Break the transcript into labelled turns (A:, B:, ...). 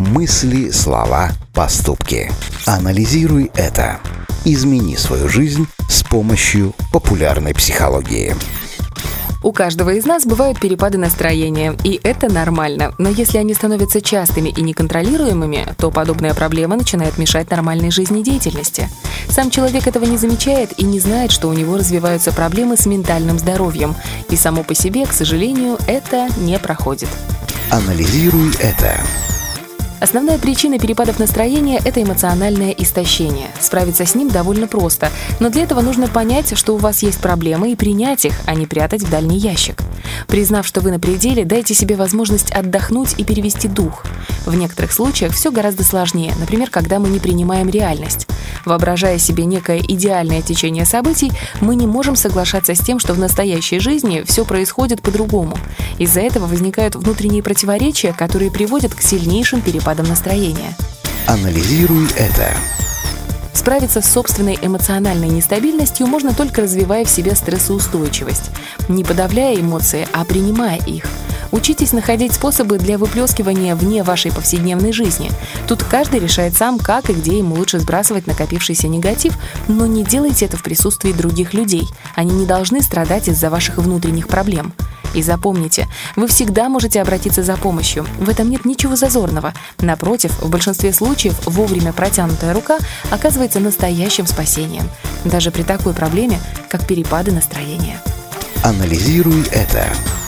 A: Мысли, слова, поступки. Анализируй это. Измени свою жизнь с помощью популярной психологии.
B: У каждого из нас бывают перепады настроения, и это нормально. Но если они становятся частыми и неконтролируемыми, то подобная проблема начинает мешать нормальной жизнедеятельности. Сам человек этого не замечает и не знает, что у него развиваются проблемы с ментальным здоровьем. И само по себе, к сожалению, это не проходит.
A: Анализируй это.
B: Основная причина перепадов настроения – это эмоциональное истощение. Справиться с ним довольно просто, но для этого нужно понять, что у вас есть проблемы, и принять их, а не прятать в дальний ящик. Признав, что вы на пределе, дайте себе возможность отдохнуть и перевести дух. В некоторых случаях все гораздо сложнее, например, когда мы не принимаем реальность. Воображая себе некое идеальное течение событий, мы не можем соглашаться с тем, что в настоящей жизни все происходит по-другому. Из-за этого возникают внутренние противоречия, которые приводят к сильнейшим перепадам настроения.
A: Анализируй это.
B: Справиться с собственной эмоциональной нестабильностью можно только развивая в себе стрессоустойчивость. Не подавляя эмоции, а принимая их. Учитесь находить способы для выплескивания вне вашей повседневной жизни. Тут каждый решает сам, как и где ему лучше сбрасывать накопившийся негатив, но не делайте это в присутствии других людей. Они не должны страдать из-за ваших внутренних проблем. И запомните, вы всегда можете обратиться за помощью. В этом нет ничего зазорного. Напротив, в большинстве случаев вовремя протянутая рука оказывается настоящим спасением. Даже при такой проблеме, как перепады настроения.
A: Анализируй это.